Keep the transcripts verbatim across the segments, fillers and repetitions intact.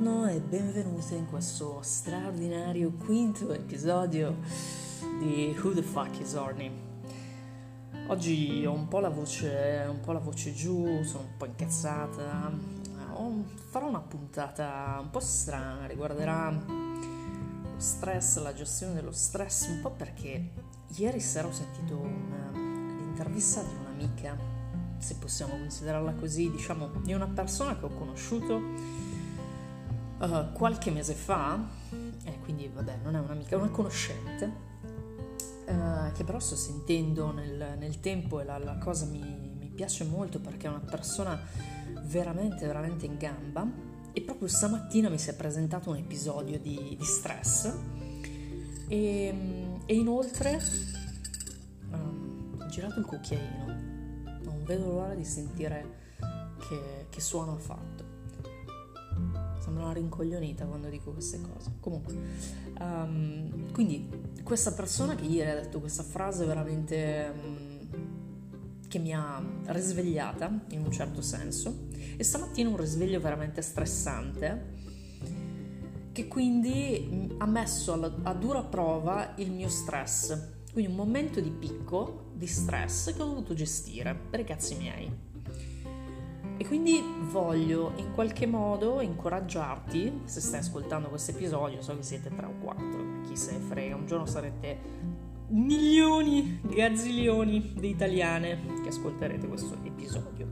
Buongiorno e benvenute in questo straordinario quinto episodio di Who the Fuck is Orny. Oggi ho un po' la voce, un po' la voce giù, sono un po' incazzata. Ho, farò una puntata un po' strana, riguarderà lo stress, la gestione dello stress, un po' perché ieri sera ho sentito una, l'intervista di un'amica, se possiamo considerarla così, diciamo, di una persona che ho conosciuto Uh, qualche mese fa, e eh, quindi vabbè, non è un'amica, è una conoscente, uh, che però sto sentendo nel, nel tempo e la, la cosa mi, mi piace molto perché è una persona veramente, veramente in gamba. E proprio stamattina mi si è presentato un episodio di, di stress e, e inoltre um, ho girato il cucchiaino, non vedo l'ora di sentire che, che suono ha fatto. Sembra una rincoglionita quando dico queste cose. Comunque, um, quindi questa persona che ieri ha detto questa frase veramente um, che mi ha risvegliata in un certo senso, e stamattina un risveglio veramente stressante che quindi ha messo alla, a dura prova il mio stress. Quindi un momento di picco di stress che ho dovuto gestire per i cazzi miei. E quindi voglio in qualche modo incoraggiarti, se stai ascoltando questo episodio, so che siete tre o quattro, chi se ne frega, un giorno sarete milioni, gazzilioni di italiane che ascolterete questo episodio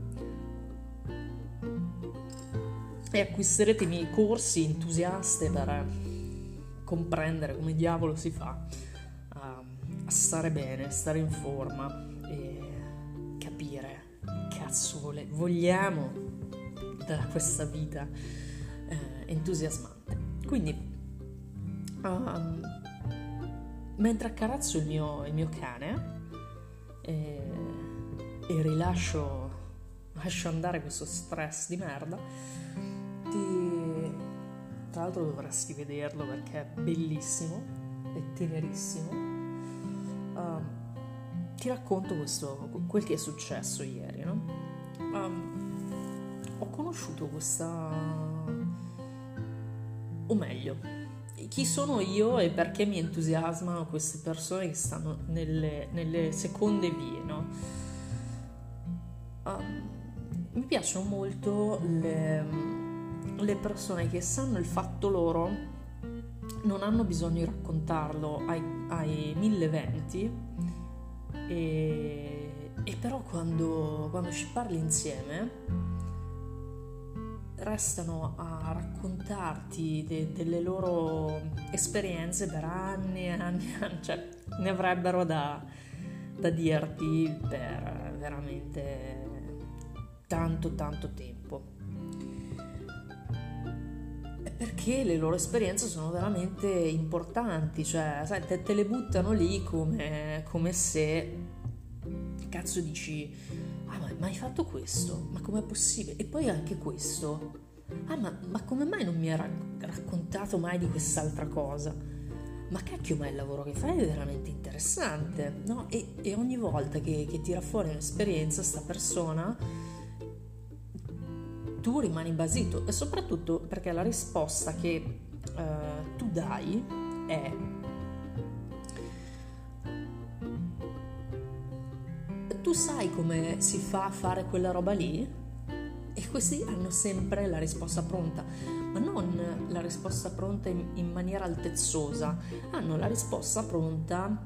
e acquisterete i miei corsi entusiaste per comprendere come diavolo si fa a, a stare bene, stare in forma e capire cazzo vogliamo da questa vita eh, entusiasmante. Quindi um, mentre accarezzo il mio, il mio cane e, e rilascio lascio andare questo stress di merda, ti, tra l'altro dovresti vederlo perché è bellissimo, è tenerissimo. um, Ti racconto questo, quel che è successo ieri, no? Um, ho conosciuto questa... o meglio, chi sono io e perché mi entusiasmano queste persone che stanno nelle, nelle seconde vie, no? Um, mi piacciono molto le, le persone che sanno il fatto loro, non hanno bisogno di raccontarlo ai, ai mille venti. E, e però quando, quando ci parli insieme restano a raccontarti de, delle loro esperienze per anni e anni e anni, cioè ne avrebbero da, da dirti per veramente tanto tanto tempo, perché le loro esperienze sono veramente importanti, cioè sai, te, te le buttano lì come, come se cazzo dici ah ma, ma hai fatto questo? Ma com'è possibile? E poi anche questo ah ma, ma come mai non mi hai rac- raccontato mai di quest'altra cosa? Ma cacchio, ma il lavoro che fai è veramente interessante, no? E, e ogni volta che, che tira fuori un'esperienza sta persona tu rimani basito, e soprattutto perché la risposta che uh, tu dai è tu sai come si fa a fare quella roba lì? E questi hanno sempre la risposta pronta, ma non la risposta pronta in, in maniera altezzosa, hanno la risposta pronta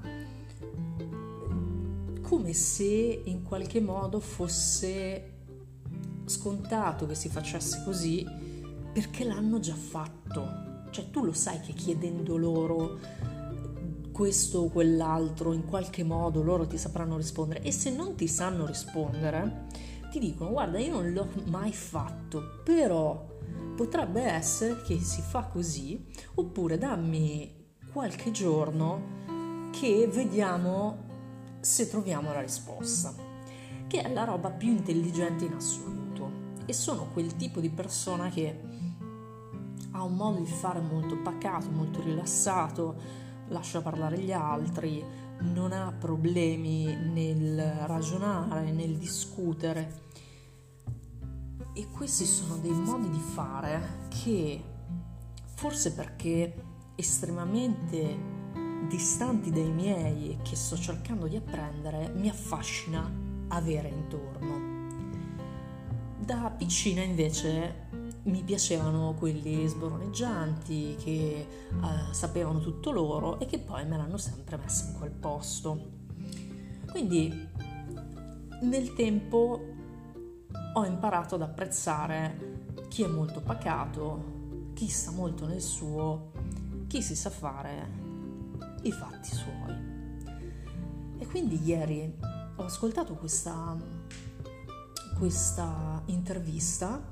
come se in qualche modo fosse scontato che si facesse così, perché l'hanno già fatto. Cioè tu lo sai che chiedendo loro questo o quell'altro in qualche modo loro ti sapranno rispondere, e se non ti sanno rispondere ti dicono guarda io non l'ho mai fatto, però potrebbe essere che si fa così, oppure dammi qualche giorno che vediamo se troviamo la risposta, che è la roba più intelligente in assoluto. E sono quel tipo di persona che ha un modo di fare molto pacato, molto rilassato, lascia parlare gli altri, non ha problemi nel ragionare, nel discutere. E questi sono dei modi di fare che forse perché estremamente distanti dai miei e che sto cercando di apprendere, mi affascina avere intorno. Da piccina invece mi piacevano quelli sboroneggianti che eh, sapevano tutto loro e che poi me l'hanno sempre messa in quel posto. Quindi nel tempo ho imparato ad apprezzare chi è molto pacato, chi sta molto nel suo, chi si sa fare i fatti suoi. E quindi ieri ho ascoltato questa, questa intervista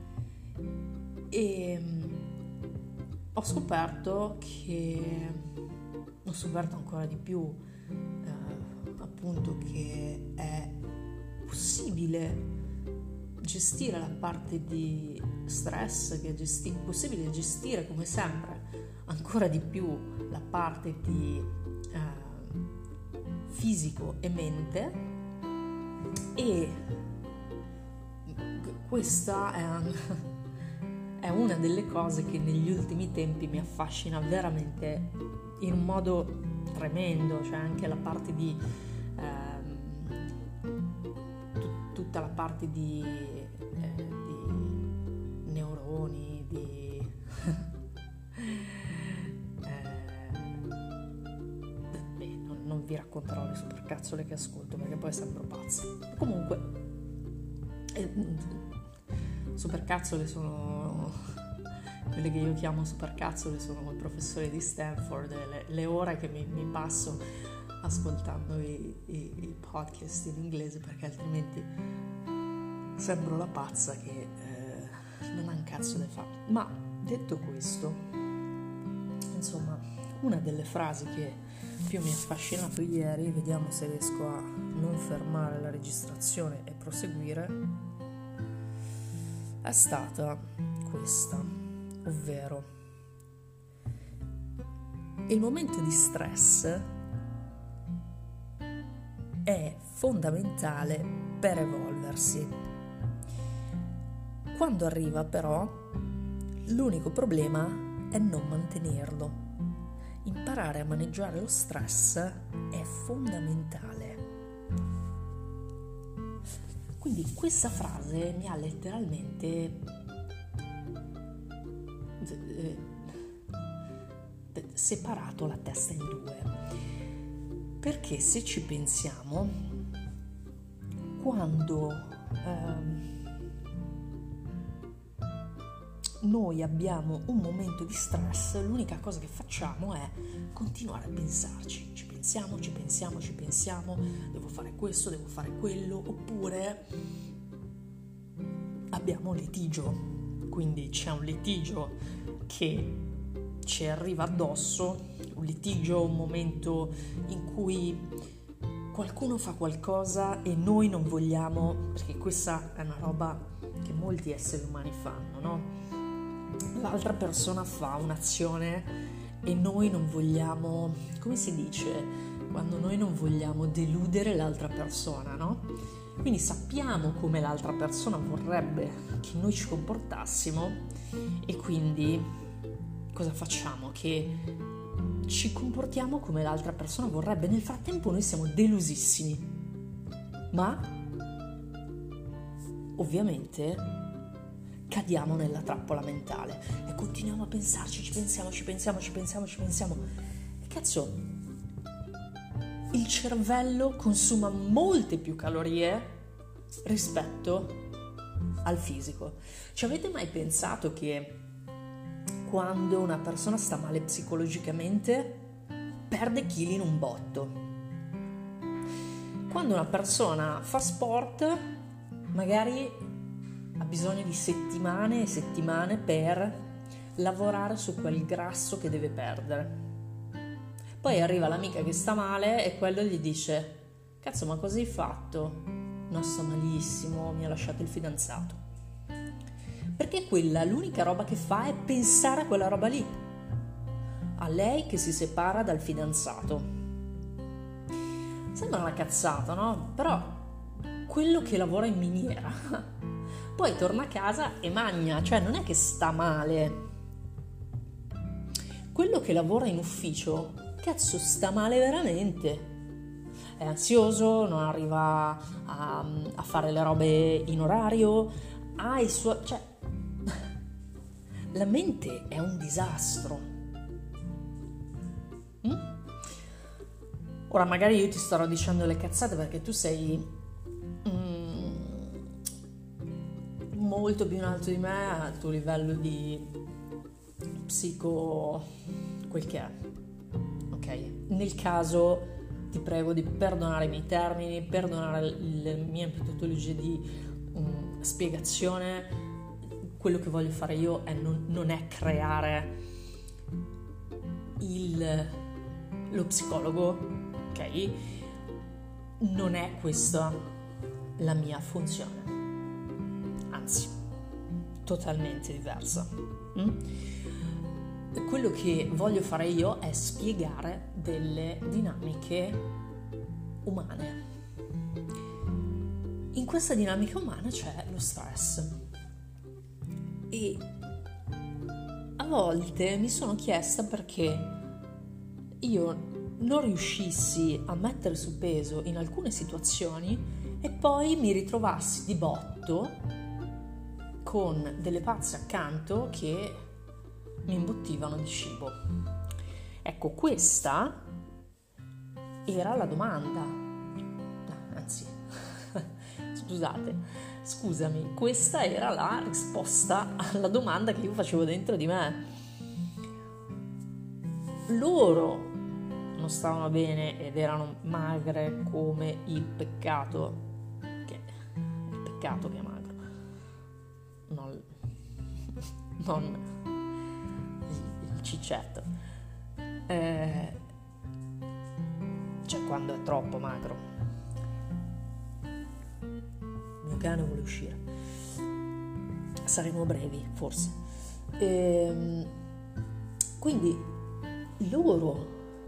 e ho scoperto che ho scoperto ancora di più eh, appunto che è possibile gestire la parte di stress, che è gesti- possibile gestire come sempre ancora di più la parte di eh, fisico e mente, e questa è, un, è una delle cose che negli ultimi tempi mi affascina veramente in un modo tremendo, cioè anche la parte di tutta la parte di, eh, di neuroni, di eh, beh, non, non vi racconterò le supercazzole che ascolto perché poi sembro pazza. Comunque eh, supercazzole sono quelle che io chiamo supercazzole, sono il professore di Stanford, le, le ore che mi, mi passo ascoltando i, i, i podcast in inglese, perché altrimenti sembro la pazza che eh, non ha un cazzo da fare. Ma detto questo, insomma, una delle frasi che più mi ha affascinato ieri, vediamo se riesco a non fermare la registrazione e proseguire, è stata questa, ovvero: il momento di stress è fondamentale per evolversi. Quando arriva però, l'unico problema è non mantenerlo. Imparare a maneggiare lo stress è fondamentale. Quindi questa frase mi ha letteralmente separato la testa in due. Perché se ci pensiamo, quando ehm, noi abbiamo un momento di stress, l'unica cosa che facciamo è continuare a pensarci. Ci pensiamo, ci pensiamo, ci pensiamo, devo fare questo, devo fare quello, oppure abbiamo un litigio. Quindi c'è un litigio che ci arriva addosso, un litigio, un momento in cui qualcuno fa qualcosa e noi non vogliamo, perché questa è una roba che molti esseri umani fanno, no? L'altra persona fa un'azione e noi non vogliamo, come si dice, quando noi non vogliamo deludere l'altra persona, no? Quindi sappiamo come l'altra persona vorrebbe che noi ci comportassimo e quindi cosa facciamo? Che ci comportiamo come l'altra persona vorrebbe. Nel frattempo noi siamo delusissimi, ma ovviamente cadiamo nella trappola mentale e continuiamo a pensarci, ci pensiamo, ci pensiamo, ci pensiamo, ci pensiamo. E cazzo, il cervello consuma molte più calorie rispetto al fisico. Ci avete mai pensato che quando una persona sta male psicologicamente perde chili in un botto? Quando una persona fa sport magari ha bisogno di settimane e settimane per lavorare su quel grasso che deve perdere. Poi arriva l'amica che sta male e quello gli dice: cazzo, ma cosa hai fatto? No, sto malissimo, mi ha lasciato il fidanzato. Perché quella, l'unica roba che fa è pensare a quella roba lì, a lei che si separa dal fidanzato. Sembra una cazzata, no? Però quello che lavora in miniera poi torna a casa e magna, cioè non è che sta male, quello che lavora in ufficio, cazzo, sta male veramente. È ansioso, non arriva a, a fare le robe in orario, ha i suoi... cioè, la mente è un disastro. Mm? Ora magari io ti starò dicendo le cazzate perché tu sei mm, molto più in alto di me al tuo livello di psico quel che è. Ok? Nel caso ti prego di perdonare i miei termini, perdonare le mie metodologie di um, spiegazione. Quello che voglio fare io è non, non è creare il, lo psicologo, ok? Non è questa la mia funzione, anzi, totalmente diversa. Mm? Quello che voglio fare io è spiegare delle dinamiche umane. In questa dinamica umana c'è lo stress. E a volte mi sono chiesta perché io non riuscissi a mettere su peso in alcune situazioni e poi mi ritrovassi di botto con delle pazze accanto che mi imbottivano di cibo. Ecco, questa era la domanda. Anzi, scusate, scusami, questa era la risposta alla domanda che io facevo dentro di me. Loro non stavano bene ed erano magre come il peccato, che il peccato che è magro, non, non ciccetto, eh, cioè quando è troppo magro. Il mio cane vuole uscire, saremo brevi forse. E, quindi loro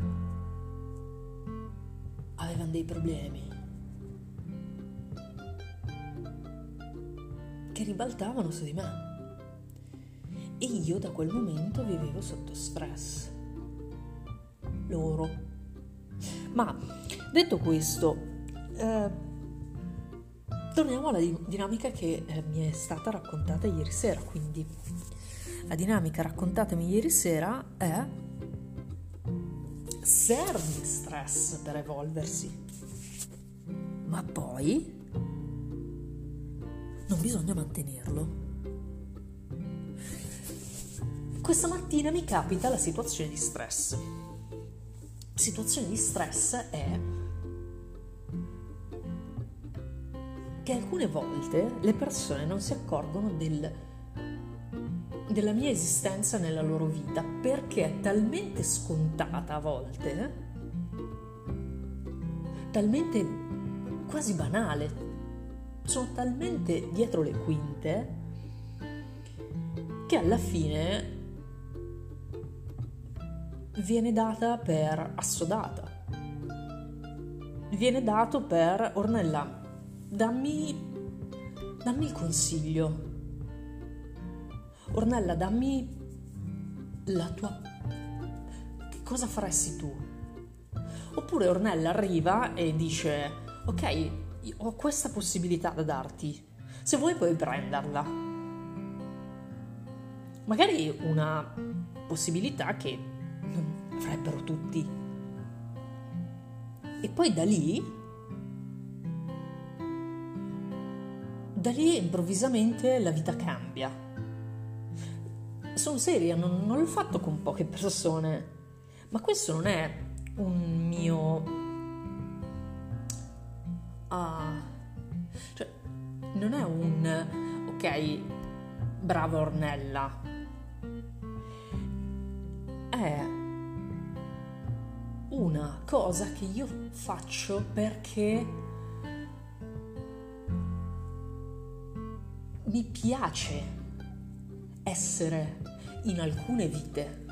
avevano dei problemi che ribaltavano su di me. E io da quel momento vivevo sotto stress. Loro. Ma detto questo, eh, torniamo alla dinamica che eh, mi è stata raccontata ieri sera. Quindi la dinamica raccontatemi ieri sera è: serve stress per evolversi, ma poi non bisogna mantenerlo. Questa mattina mi capita la situazione di stress. Situazione di stress è che alcune volte le persone non si accorgono del, della mia esistenza nella loro vita perché è talmente scontata a volte, talmente quasi banale, sono talmente dietro le quinte che alla fine viene data per assodata, viene dato per: Ornella, dammi dammi il consiglio, Ornella, dammi la tua, che cosa faresti tu? Oppure Ornella arriva e dice: ok, ho questa possibilità da darti, se vuoi puoi prenderla. Magari una possibilità che avrebbero tutti. E poi da lì da lì improvvisamente la vita cambia. Sono seria, non, non l'ho fatto con poche persone, ma questo non è un mio ah, cioè non è un ok, brava Ornella, è una cosa che io faccio perché mi piace essere in alcune vite.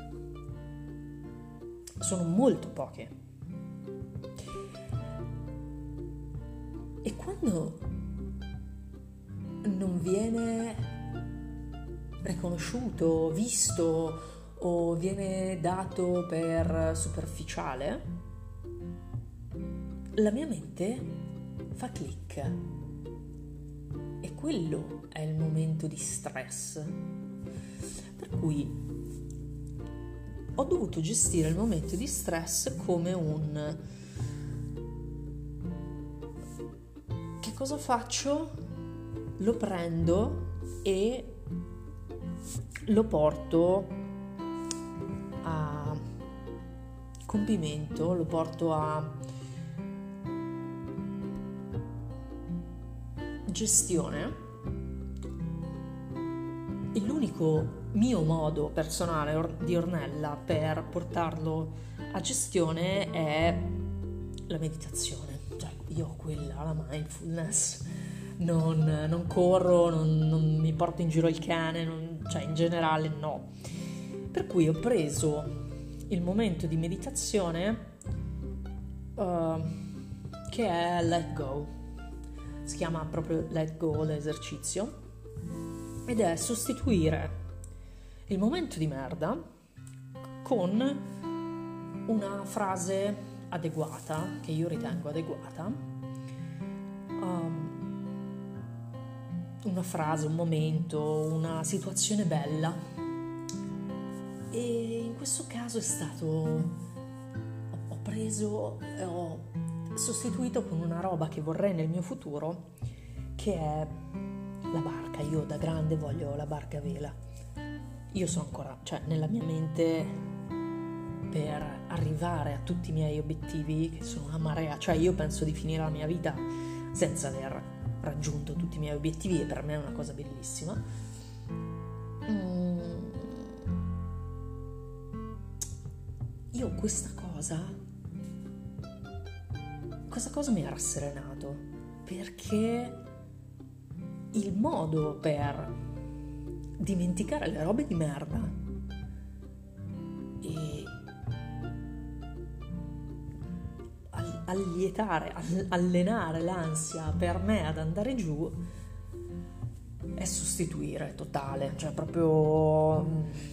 Sono molto poche. E quando non viene riconosciuto, visto o viene dato per superficiale, la mia mente fa click e quello è il momento di stress. Per cui ho dovuto gestire il momento di stress come un: che cosa faccio? Lo prendo e lo porto a compimento, lo porto a gestione. E l'unico mio modo personale or- di Ornella per portarlo a gestione è la meditazione. Cioè, io ho quella, la mindfulness. Non, non corro, non, non mi porto in giro il cane, non, cioè in generale no. Per cui ho preso il momento di meditazione uh, che è Let Go. Si chiama proprio Let Go l'esercizio, ed è sostituire il momento di merda con una frase adeguata, che io ritengo adeguata, um, una frase, un momento, una situazione bella. E in questo caso è stato, ho, ho preso, ho sostituito con una roba che vorrei nel mio futuro, che è la barca. Io da grande voglio la barca a vela. Io sono ancora, cioè nella mia mente, per arrivare a tutti i miei obiettivi, che sono una marea, cioè io penso di finire la mia vita senza aver raggiunto tutti i miei obiettivi, e per me è una cosa bellissima. Mm. Io questa cosa, questa cosa mi ha rasserenato, perché il modo per dimenticare le robe di merda e allietare, allenare l'ansia per me ad andare giù è sostituire totale, cioè proprio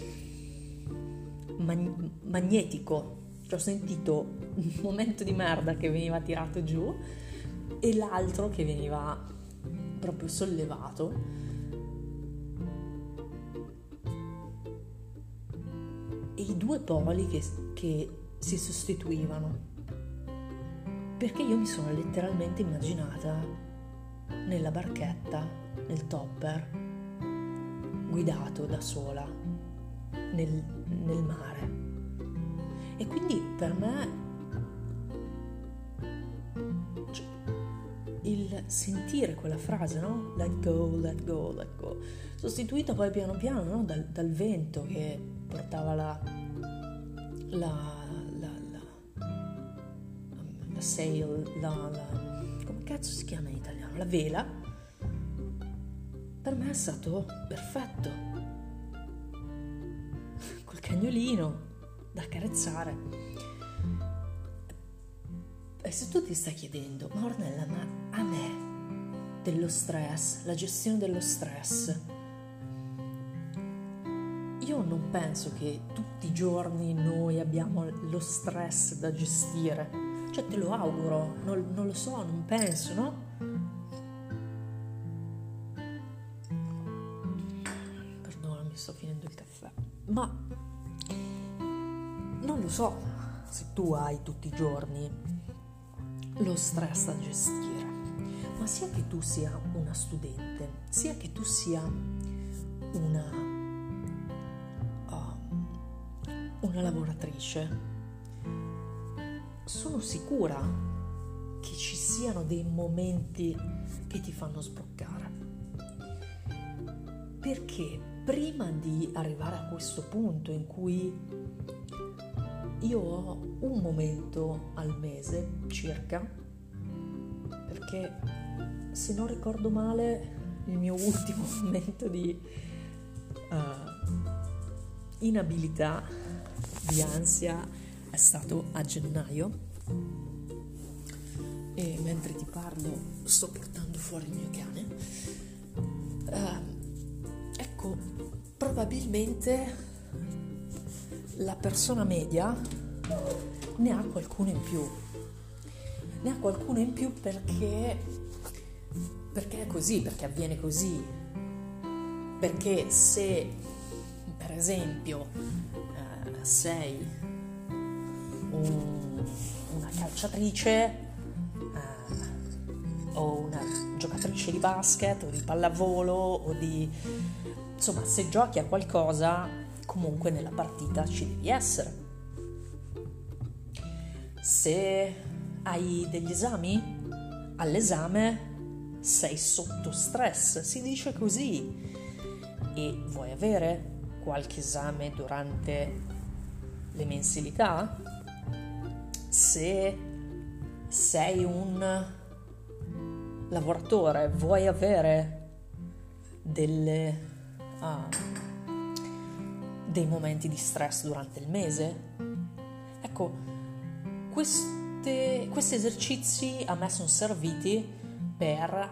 mag- magnetico. Cioè, ho sentito un momento di merda che veniva tirato giù e l'altro che veniva proprio sollevato, e i due poli che, che si sostituivano, perché io mi sono letteralmente immaginata nella barchetta, nel topper, guidato da sola nel, nel mare. E quindi per me il sentire quella frase, no? Let go, let go, let go, sostituito poi piano piano, no? dal, dal vento che portava la la la la, la sail, la, la come cazzo si chiama in italiano? La vela. Per me è stato perfetto, col cagnolino da accarezzare. E se tu ti stai chiedendo: ma Ornella, ma a me dello stress, la gestione dello stress, io non penso che tutti i giorni noi abbiamo lo stress da gestire. Cioè, te lo auguro, non, non lo so, non penso, no? Perdona, mi sto finendo il caffè. Ma non lo so se tu hai tutti i giorni lo stress da gestire, ma sia che tu sia una studente, sia che tu sia una um, una lavoratrice, sono sicura che ci siano dei momenti che ti fanno sbroccare, perché prima di arrivare a questo punto in cui io ho un momento al mese circa, perché se non ricordo male il mio ultimo momento di uh, inabilità, di ansia, è stato a gennaio, e mentre ti parlo sto portando fuori il mio cane. Uh, ecco, probabilmente la persona media ne ha qualcuno in più. Ne ha qualcuno in più perché, perché è così, perché avviene così. Perché se, per esempio, eh, sei un, una calciatrice eh, o una giocatrice di basket o di pallavolo o di... insomma, se giochi a qualcosa, comunque nella partita ci devi essere. Se hai degli esami, all'esame sei sotto stress, si dice così, e vuoi avere qualche esame durante le mensilità? Se sei un lavoratore, vuoi avere delle, ah, dei momenti di stress durante il mese? Ecco, queste, questi esercizi a me sono serviti per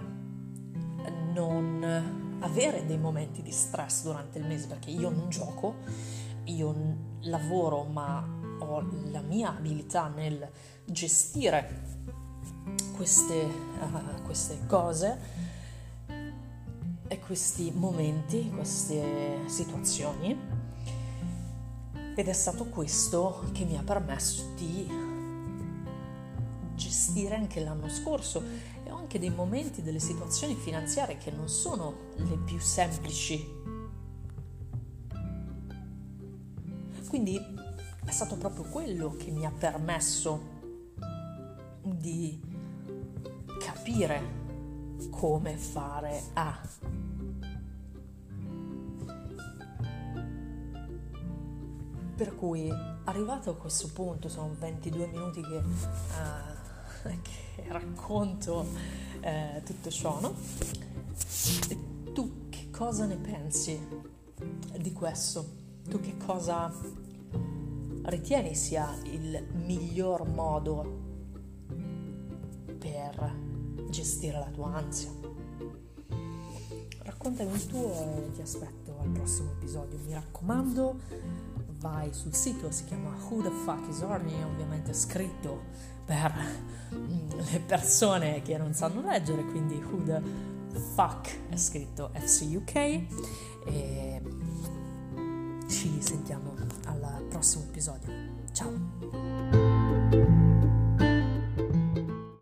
non avere dei momenti di stress durante il mese, perché io non gioco, io lavoro, ma ho la mia abilità nel gestire queste, uh, queste cose e questi momenti, queste situazioni, ed è stato questo che mi ha permesso di gestire anche l'anno scorso, e ho anche dei momenti, delle situazioni finanziarie che non sono le più semplici. Quindi è stato proprio quello che mi ha permesso di capire come fare a per cui, arrivato a questo punto, sono ventidue minuti che, uh, che racconto uh, tutto ciò, no? E tu che cosa ne pensi di questo? Tu che cosa ritieni sia il miglior modo per gestire la tua ansia? Raccontami il tuo e ti aspetto al prossimo episodio. Mi raccomando, vai sul sito, si chiama Who the Fuck is Orny, ovviamente scritto per le persone che non sanno leggere, quindi Who the Fuck è scritto F C U K, e ci sentiamo al prossimo episodio. Ciao!